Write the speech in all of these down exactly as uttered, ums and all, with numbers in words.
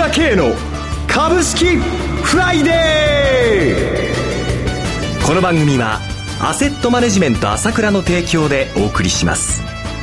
倉慶の株式フライデー。この番組はアセットマネジメント朝倉の提供でお送りします。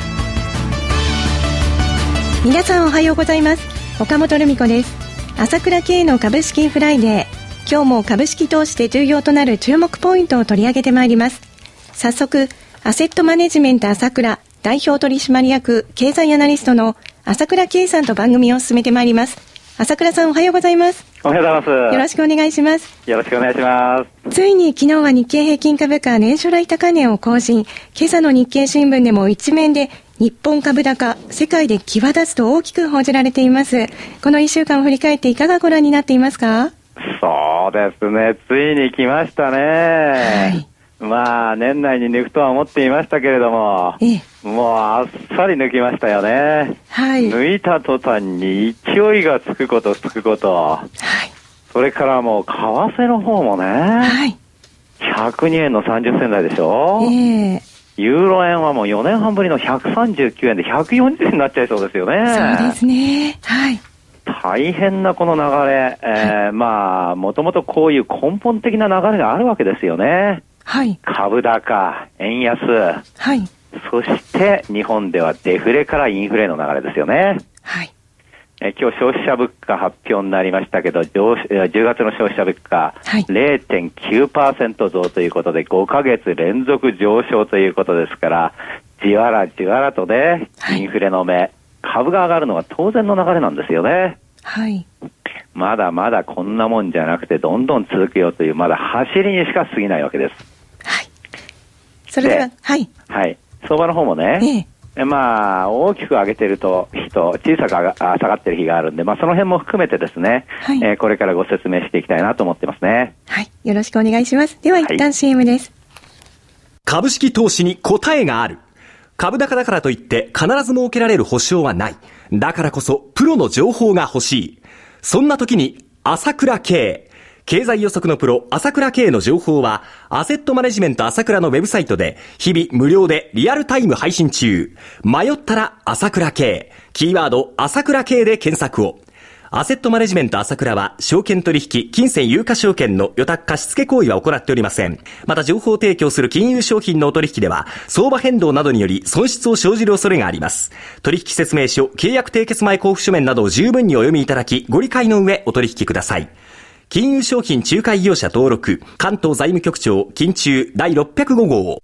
皆さんおはようございます。岡本留美子です。朝倉慶の株式フライデー、今日も株式投資で重要となる注目ポイントを取り上げてまいります。早速、アセットマネジメント朝倉代表取締役経済アナリストの朝倉慶さんと番組を進めてまいります。朝倉さんおはようございます。 おはようございます。 よろしくお願いします。 よろしくお願いします。 ついに昨日は日経平均株価年初来高値を更新。今朝の日経新聞でも一面で日本株高、世界で際立つと大きく報じられています。このいっしゅうかんを振り返っていかがご覧になっていますか？ そうですね、ついに来ましたね。はい。まあ年内に抜くとは思っていましたけれども、ええ、もうあっさり抜きましたよね。はい。抜いた途端に勢いがつくことつくこと。はい。それからもう為替の方もね。はい。ひゃくにえんのさんじゅっせん台でしょ。ええ。ユーロ円はもうよねんはんぶりのひゃくさんじゅうきゅうえんでひゃくよんじゅうえんになっちゃいそうですよね。 そうですね。はい。 大変なこの流れ、えーはい、まあもともとこういう根本的な流れがあるわけですよね。はい。株高、円安。はい。そして日本ではデフレからインフレの流れですよね。はい。え今日消費者物価発表になりましたけど、じゅうがつの消費者物価、はい、れいてんきゅうパーセント 増ということでごかげつ連続上昇ということですから、じわらじわらとね、インフレの目、はい、株が上がるのは当然の流れなんですよね。はい。まだまだこんなもんじゃなくてどんどん続くよという、まだ走りにしか過ぎないわけです。 それでは、はい。 はい。相場の方もね、ええ、まあ、大きく上げてると日と、小さく上が下がってる日があるんで、まあ、その辺も含めてですね、はい、えー、これからご説明していきたいなと思ってますね。 はい。よろしくお願いします。では、一旦 シーエム です。 株式投資に答えがある。株高だからといって必ず設けられる保証はない。だからこそ、プロの情報が欲しい。そんな時に、朝倉慶。経済予測のプロ、朝倉慶の情報は、アセットマネジメント朝倉のウェブサイトで、日々無料でリアルタイム配信中。迷ったら朝倉慶。キーワード、朝倉慶で検索を。アセットマネジメント朝倉は、証券取引、金銭有価証券の予託貸付行為は行っておりません。また、情報提供する金融商品のお取引では、相場変動などにより損失を生じる恐れがあります。取引説明書、契約締結前交付書面などを十分にお読みいただき、ご理解の上お取引ください。金融商品仲介業者登録、関東財務局長、金中だいろっぴゃくご号。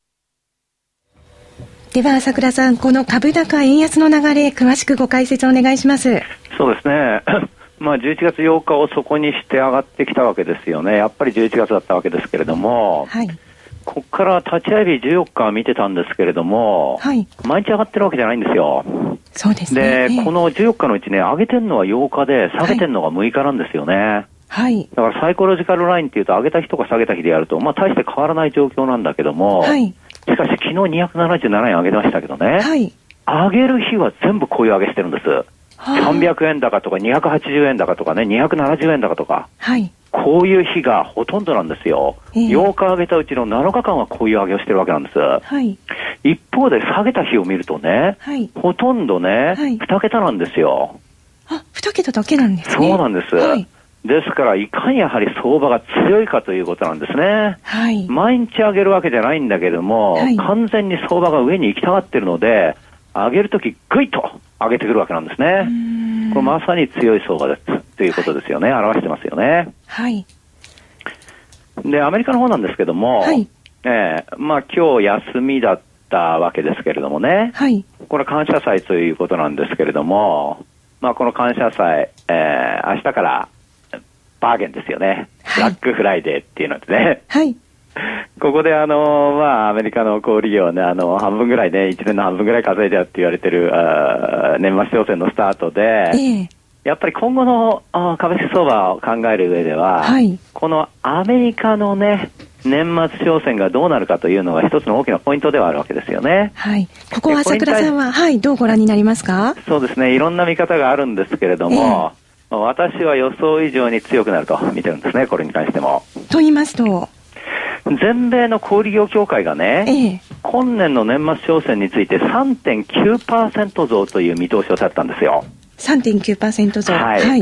では朝倉さん、この株高円安の流れ、詳しくご解説お願いします。 そうですね。まあじゅういちがつようかをそこにして上がってきたわけですよね。やっぱりじゅういちがつだったわけですけれども、はい、ここから立ち会い日じゅうよっか見てたんですけれども、はい、毎日上がってるわけじゃないんですよ。 そうですね。 で、このじゅうよっかのうちね、上げてるのはようかで、下げてるのがむいかなんですよね。はいはい。だからサイコロジカルラインっていうと上げた日とか下げた日でやると、まあ大して変わらない状況なんだけども、はい、しかし昨日にひゃくななじゅうななえん上げてましたけどね、はい、上げる日は全部こういう上げしてるんです。さんびゃくえん高とかにひゃくはちじゅうえん高とかね、にひゃくななじゅうえん高とか、はい、こういう日がほとんどなんですよ。えー、ようか上げたうちのなのかかんはこういう上げをしてるわけなんです。はい、一方で下げた日を見るとね、はい、ほとんどね、はい、に桁なんですよ。 あ、に桁だけなんですね。 そうなんです。はい、ですからいかにやはり相場が強いかということなんですね。はい、毎日上げるわけじゃないんだけども、はい、完全に相場が上に行きたがってるので、上げるときグイッと上げてくるわけなんですね。これまさに強い相場ですということですよね。はい、表してますよね。はい。で、アメリカの方なんですけども、はい、えー、まあ今日休みだったわけですけれどもね、はい、これ感謝祭ということなんですけれども、まあこの感謝祭、えー、明日からバーゲンですよね。ブラックフライデーっていうのですね。はい。ここであの、まあアメリカの小売業はね、あの、半分ぐらいね、いちねんの半分ぐらい稼いじゃうって言われてる、あ年末商戦のスタートで、えー、やっぱり今後の株式相場を考える上では、はい、このアメリカのね、年末商戦がどうなるかというのが一つの大きなポイントではあるわけですよね。はい。 ここは朝倉さんは、はい、どうご覧になりますか？ そうですね、いろんな見方があるんですけれども、えー、私は予想以上に強くなると見てるんですね、これに関しても。 と言いますと、 全米の小売業協会がね、ええ、今年の年末商戦について さんてんきゅうパーセント 増という見通しを立てたんですよ。 さんてんきゅうパーセント 増。 はい。はい、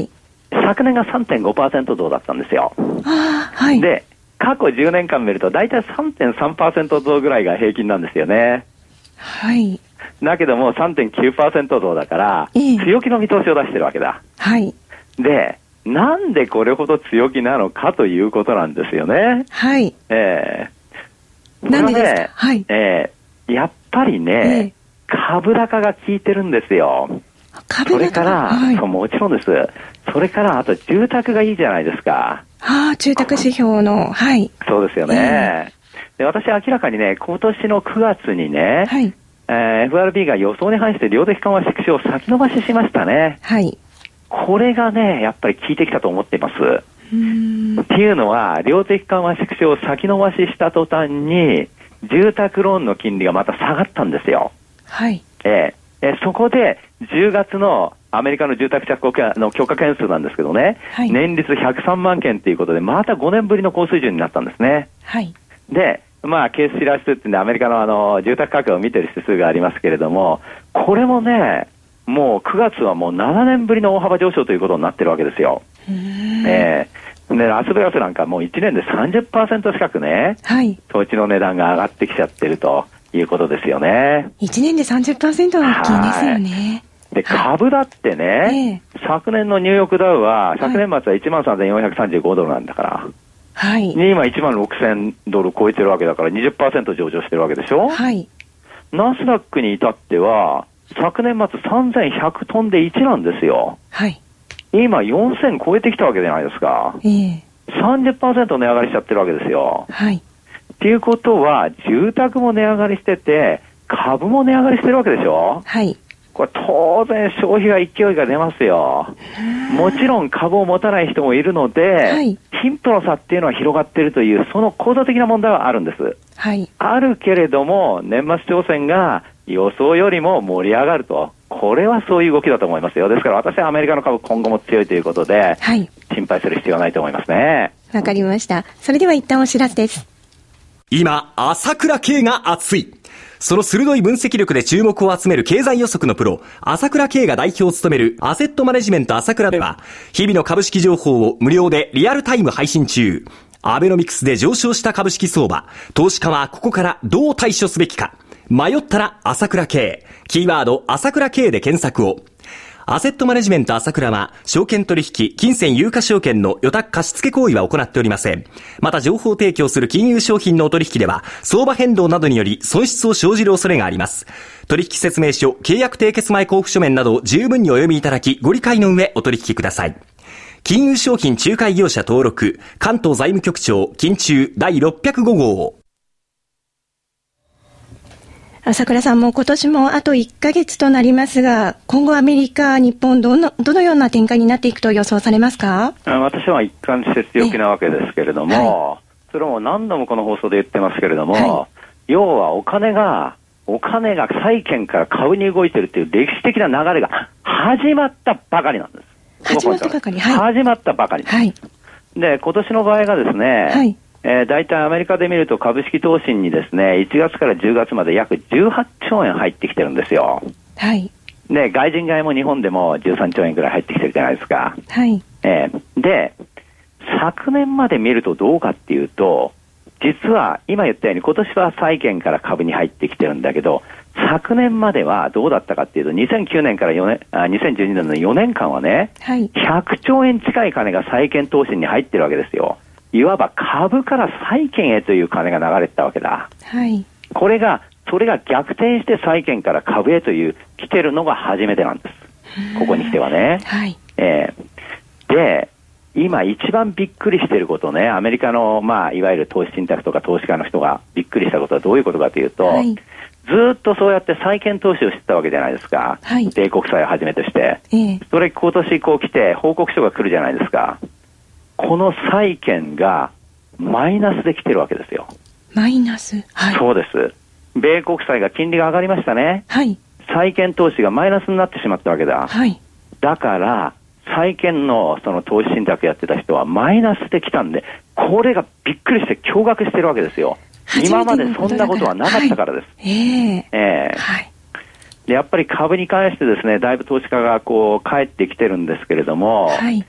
昨年が さんてんごパーセント 増だったんですよ。 あ、はい、 で過去じゅうねんかん見ると大体 さんてんさんパーセント 増ぐらいが平均なんですよね。 はい。 だけども さんてんきゅうパーセント 増だから、えー、強気の見通しを出してるわけだ。 はい。 でなんでこれほど強気なのかということなんですよね。 はい。 えー、なんでですか。はい。 えー、やっぱりね、えー、株高が効いてるんですよ。 株高。それから、はい、そうもちろんです。それからあと住宅がいいじゃないですか。 ああ、住宅指標の、はい。 そうですよね。えー、で私明らかにね、今年のくがつにね、はい、えー、エフアールビー が予想に反して量的緩和縮小を先延ばししましたね。 はい。 これがね、やっぱり効いてきたと思っています。うーんっていうのは、量的緩和縮小を先延ばしした途端に、住宅ローンの金利がまた下がったんですよ。 はい。 えー、えー、そこで、じゅうがつのアメリカの住宅着工の許可件数なんですけどね、はい、年率ひゃくさんまんけんということで、またごねんぶりの高水準になったんですね。 はい。 で、まあ、ケースシラー指数っていうんで、アメリカのあの、住宅価格を見てる指数がありますけれども、これもね、もうくがつはもうななねんぶりの大幅上昇ということになってるわけですよ。えー、でラスベガスなんかもういちねんで さんじゅっパーセント 近くね、はい、土地の値段が上がってきちゃってるということですよね。 いちねんで さんじゅっパーセント は大きいですよね。 で株だってね、えー、昨年のニューヨークダウは昨年末はい いちまんさんぜんよんひゃくさんじゅうご ドルなんだから、はい、今いちまんろくせんドル超えてるわけだから にじゅっパーセント 上場してるわけでしょ。はい、ナスダックに至っては昨年末さんぜんひゃく飛んでいちなんですよ。はい。今よんせん超えてきたわけじゃないですか。ええー。さんじゅっパーセント 値上がりしちゃってるわけですよ。はい。っていうことは、住宅も値上がりしてて、株も値上がりしてるわけでしょ。はい。これ当然消費が勢いが出ますよ。もちろん株を持たない人もいるので、はい、貧富の差っていうのは広がっているという、その構造的な問題はあるんです。はい。あるけれども、年末商戦が予想よりも盛り上がると。これはそういう動きだと思いますよ。ですから私はアメリカの株今後も強いということで、はい、心配する必要はないと思いますね。 わかりました。それでは一旦お知らせです。 今、朝倉慶が熱い。その鋭い分析力で注目を集める経済予測のプロ、朝倉慶が代表を務めるアセットマネジメント朝倉では、日々の株式情報を無料でリアルタイム配信中。アベノミクスで上昇した株式相場、投資家はここからどう対処すべきか。迷ったら朝倉慶。キーワード朝倉慶で検索を。アセットマネジメント朝倉は、証券取引、金銭有価証券の予託貸付行為は行っておりません。また情報提供する金融商品のお取引では、相場変動などにより損失を生じる恐れがあります。取引説明書、契約締結前交付書面など十分にお読みいただき、ご理解の上お取引ください。金融商品仲介業者登録、関東財務局長、金中だいろっぴゃくご号。 朝倉さんも今年もあといっかげつとなりますが、今後アメリカ、日本どの、どのような展開になっていくと予想されますか？ 私は一貫して強気なわけですけれども、はい、それも何度もこの放送で言ってますけれども、はい、要はお金が、お金が債券から株に動いてるっていう歴史的な流れが始まったばかりなんです。 始まったばかり、はい、 始まったばかりです。はい、で、今年の場合がですね、はいえー、大体アメリカで見ると株式投資にですね、いちがつからじゅうがつまで約じゅうはっちょうえん入ってきてるんですよ。はい。で、外人買いも日本でもじゅうさんちょうえんくらい入ってきてるじゃないですか。はい。えー、で、昨年まで見るとどうかっていうと、実は今言ったように今年は債券から株に入ってきてるんだけど、昨年まではどうだったかっていうと、にせんきゅうねんからよねん、あ、にせんじゅうにねんのよねんかんはね、はい、ひゃくちょうえん近い金が債券投資に入ってるわけですよ。いわば株から債券へという金が流れてたわけだ。はい。これが、それが逆転して債券から株へという来てるのが初めてなんです。ここに来てはね。はい。えー、で、今一番びっくりしていることね、アメリカの、まあ、いわゆる投資信託とか投資家の人がびっくりしたことはどういうことかというと、はい、ずっとそうやって債券投資をしてたわけじゃないですか。はい。米国債をはじめとして。えー、それ今年こう来て報告書が来るじゃないですか。この債券がマイナスで来てるわけですよ。 マイナス、はい、 そうです。米国債が金利が上がりましたね。はい。債券投資がマイナスになってしまったわけだ。はい。だから債券のその投資信託やってた人はマイナスで来たんで、これがびっくりして驚愕してるわけですよ。今までそんなことはなかったからです。はい、えー、えー、はい。でやっぱり株に関してですね、だいぶ投資家がこう帰ってきてるんですけれども、はい。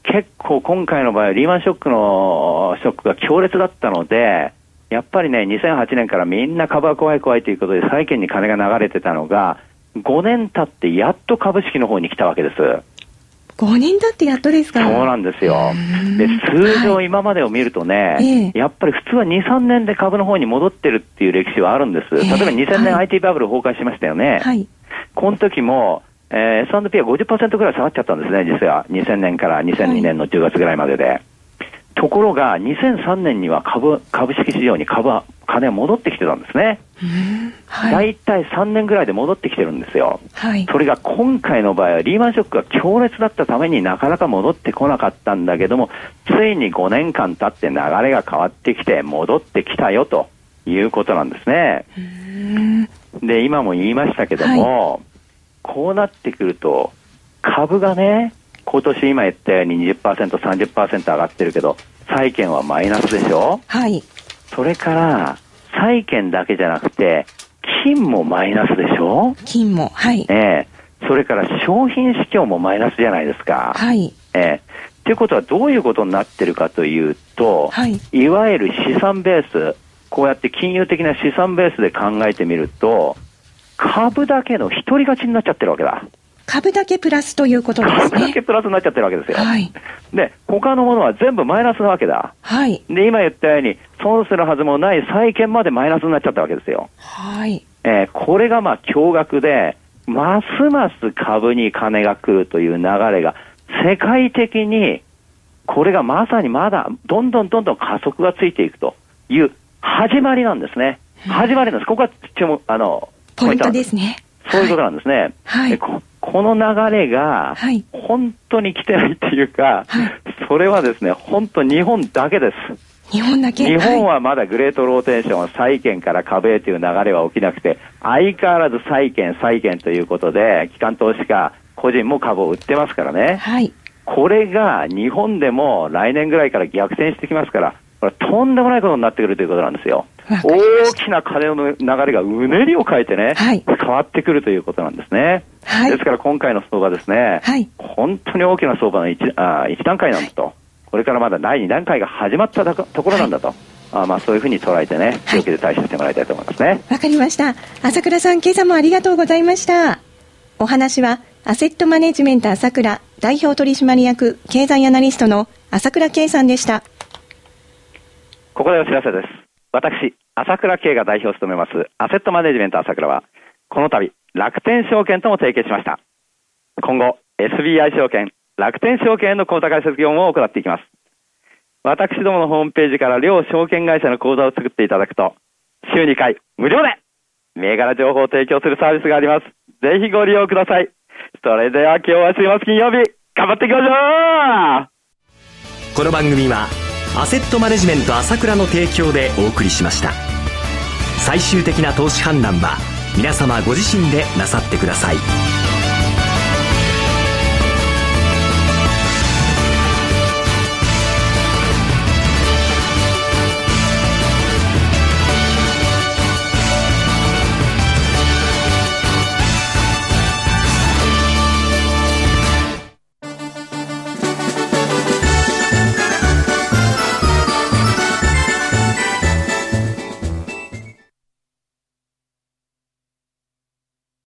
結構今回の場合リーマンショックのショックが強烈だったので、やっぱりねにせんはちねんからみんな株は怖い怖いということで債券に金が流れてたのがごねん経ってやっと株式の方に来たわけです。 ごねん経ってやっとですか。 そうなんですよ。で、通常今までを見るとね、はい、やっぱり普通はに、さんねんで株の方に戻ってるっていう歴史はあるんです。例えばにせんねん アイティー バブル崩壊しましたよね。はい、この時も、えー、エスアンドピー は ごじゅっパーセント ぐらい下がっちゃったんですね、実は。にせんねんからにせんにねんのじゅうがつぐらいまでで。はい、ところが、にせんさんねんには株、株式市場に株は、金が戻ってきてたんですね。はい、だいたいさんねんぐらいで戻ってきてるんですよ。はい、それが今回の場合はリーマンショックが強烈だったためになかなか戻ってこなかったんだけども、ついにごねんかん経って流れが変わってきて戻ってきたよということなんですね。で、今も言いましたけども、はい、こうなってくると株がね、今年今言ったように にじゅっパーセント、さんじゅっパーセント 上がってるけど、債券はマイナスでしょ。はい。それから債券だけじゃなくて金もマイナスでしょ。 金も、はい。 えー、それから商品市況もマイナスじゃないですか。はい。えー、ということはどういうことになってるかというと、はい、いわゆる資産ベース、こうやって金融的な資産ベースで考えてみると、株だけの一人勝ちになっちゃってるわけだ。 株だけプラスということですね。 株だけプラスになっちゃってるわけですよ。はい。で、他のものは全部マイナスなわけだ。はい。で、今言ったように、損するはずもない債券までマイナスになっちゃったわけですよ。はい。えー、これがまあ驚愕で、ますます株に金が来るという流れが、世界的に、これがまさにまだ、どんどんどんどん加速がついていくという始まりなんですね。始まりなんです。ここが注目、あの、 ポイントですね。 そういうことなんですね。はい。こ, この流れが、本当に来てないっていうか、はい、それはですね、本当日本だけです。 日本だけ。 日本はまだグレートローテーションは債券から株へという流れは起きなくて、相変わらず債券、債券ということで、機関投資家、個人も株を売ってますからね。はい。これが日本でも来年ぐらいから逆転してきますから、これとんでもないことになってくるということなんですよ。大きな金の流れがうねりを変えてね、はい、変わってくるということなんですね。はい、ですから今回の相場ですね、はい、本当に大きな相場の 1, あ1段階なんだと、これからまだだいに段階が始まったところなんだと、はい、あまあそういうふうに捉えてね、強気で対処してもらいたいと思いますね。 わかりました。朝倉さん、今朝もありがとうございました。お話はアセットマネジメント朝倉代表取締役経済アナリストの朝倉圭さんでした。 ここでお知らせです。私、朝倉圭が代表を務めますアセットマネジメント朝倉は、この度楽天証券とも提携しました。今後 エスビーアイ 証券、楽天証券への口座開設業務を行っていきます。私どものホームページから両証券会社の口座を作っていただくと、週にかい無料で銘柄情報を提供するサービスがあります。ぜひご利用ください。それでは今日は週末金曜日、頑張っていきましょう。この番組はアセットマネジメント朝倉の提供でお送りしました。最終的な投資判断は皆様ご自身でなさってください。